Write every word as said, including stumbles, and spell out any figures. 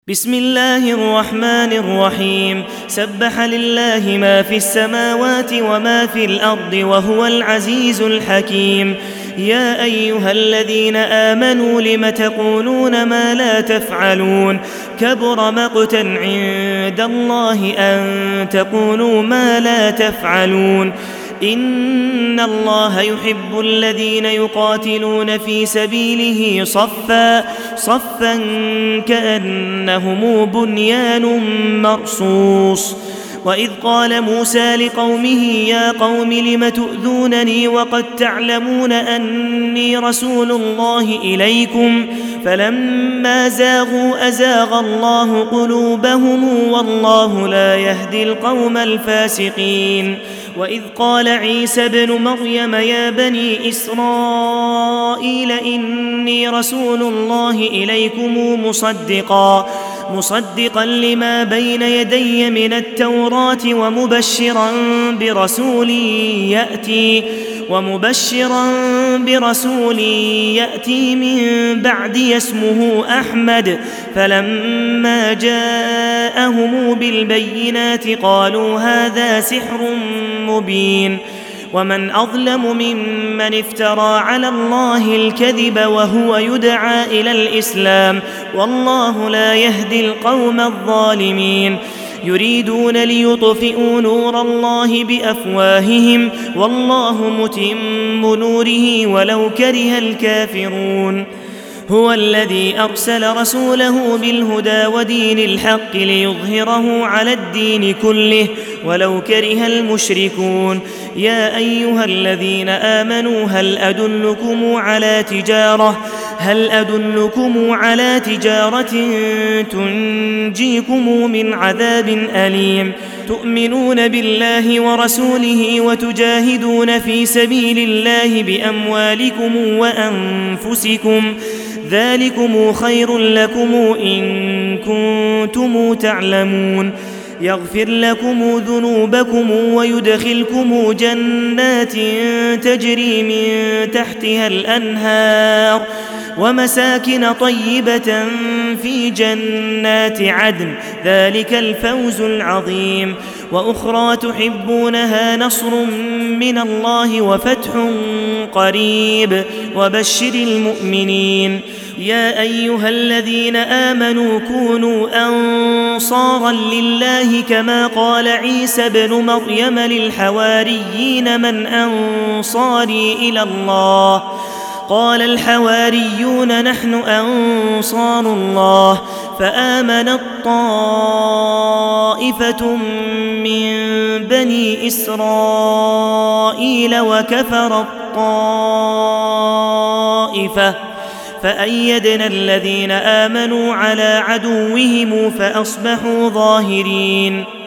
بسم الله الرحمن الرحيم سبح لله ما في السماوات وما في الأرض وهو العزيز الحكيم يا أيها الذين آمنوا لم تقولون ما لا تفعلون كبر مقتا عند الله أن تقولوا ما لا تفعلون إن الله يحب الذين يقاتلون في سبيله صفا صفا كأنهم بنيان مرصوص وإذ قال موسى لقومه يا قوم لم تؤذونني وقد تعلمون أني رسول الله إليكم فلما زاغوا أزاغ الله قلوبهم والله لا يهدي القوم الفاسقين وإذ قال عيسى ابن مريم يا بني إسرائيل إني رسول الله إليكم مصدقا مصدقا لما بين يدي من التوراة ومبشرا برسول يأتي ومبشرا برسول يأتي من بعدي اسمه أحمد فلما جاءهم بالبينات قالوا هذا سحر مبين ومن أظلم ممن افترى على الله الكذب وهو يدعى إلى الإسلام والله لا يهدي القوم الظالمين يريدون ليطفئوا نور الله بأفواههم والله متم نوره ولو كره الكافرون هو الذي أرسل رسوله بالهدى ودين الحق ليظهره على الدين كله ولو كره المشركون يا أيها الذين آمنوا هل أدلكم على تجارة هل أدلكم على تجارة تنجيكم من عذاب أليم تؤمنون بالله ورسوله وتجاهدون في سبيل الله بأموالكم وأنفسكم ذلكم خير لكم إن كنتم تعلمون يغفر لكم ذنوبكم ويدخلكم جنات تجري من تحتها الأنهار ومساكن طيبة في جنات عدن ذلك الفوز العظيم وأخرى تحبونها نصر من الله وفتح قريب وبشر المؤمنين يا أيها الذين آمنوا كونوا أنصارا لله كما قال عيسى ابن مريم للحواريين من أنصاري إلى الله قال الحواريون نحن أنصار الله فآمنت طائفة من بني إسرائيل وكفرت طائفة فأيدنا الذين آمنوا على عدوهم فأصبحوا ظاهرين